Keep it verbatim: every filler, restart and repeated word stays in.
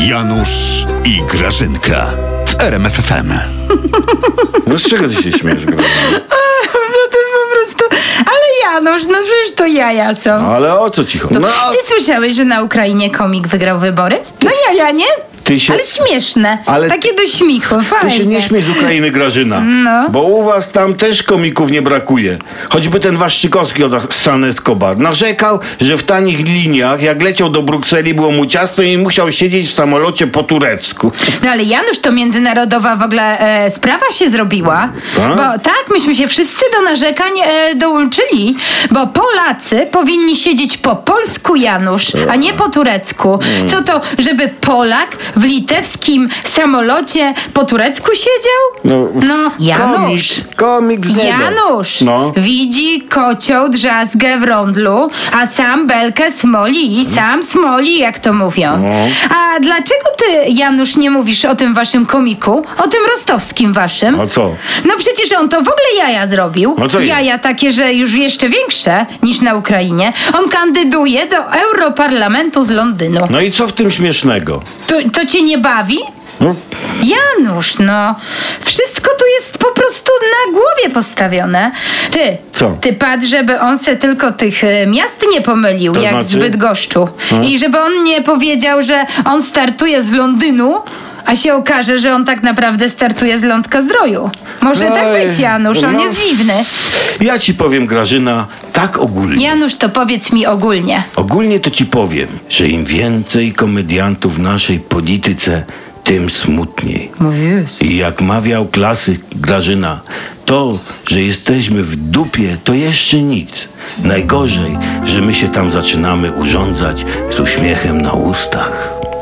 Janusz i Grażynka w R M F F M. No z czego ty się śmiesz, Grażyna? No to po prostu... Ale Janusz, no przecież to jaja są. Ale o co ci chodzi? To, No, ty słyszałeś, że na Ukrainie komik wygrał wybory? No jaja, nie? Ty się- Ale śmieszne. Ale- Takie do śmichu, fajne. ty się nie śmiej z Ukrainy, Grażyna. No. Bo u was tam też komików nie brakuje. Choćby ten Waszczykowski od San Escobar. Narzekał, że w tanich liniach, jak leciał do Brukseli, było mu ciasno i musiał siedzieć w samolocie po turecku. No ale Janusz, to międzynarodowa w ogóle e, sprawa się zrobiła. Tak? Bo tak, myśmy się wszyscy do narzekań e, dołączyli. Bo Polacy powinni siedzieć po polsku, Janusz, a nie po turecku. Co to, żeby Polak w litewskim samolocie po turecku siedział? No, No, Janusz. Komik, komik z nieba. Janusz No. widzi kocioł drzazgę w rondlu, a sam belkę smoli i sam smoli, jak to mówią. No. A dlaczego ty, Janusz, nie mówisz o tym waszym komiku? O tym rostowskim waszym? A co? No przecież on to w ogóle jaja zrobił. No co jest? Jaja takie, że już jeszcze większe niż na Ukrainie. On kandyduje do Europarlamentu z Londynu. No i co w tym śmiesznego? To, to cię nie bawi? No, Janusz, no. Wszystko tu jest po prostu na głowie postawione. Ty, Co? ty patrz, żeby on se tylko tych e, miast nie pomylił, To jak znaczy? z Bydgoszczu. Hmm? I żeby on nie powiedział, że on startuje z Londynu, a się okaże, że on tak naprawdę startuje z Lądka Zdroju. Może tak Ej, być, Janusz, on no. jest dziwny. ja ci powiem, Grażyna, tak ogólnie. Janusz, to powiedz mi ogólnie. Ogólnie to ci powiem, że im więcej komediantów w naszej polityce, tym smutniej. No jest. I jak mawiał klasyk Grażyna, to, że jesteśmy w dupie, to jeszcze nic. Najgorzej, że my się tam zaczynamy urządzać z uśmiechem na ustach.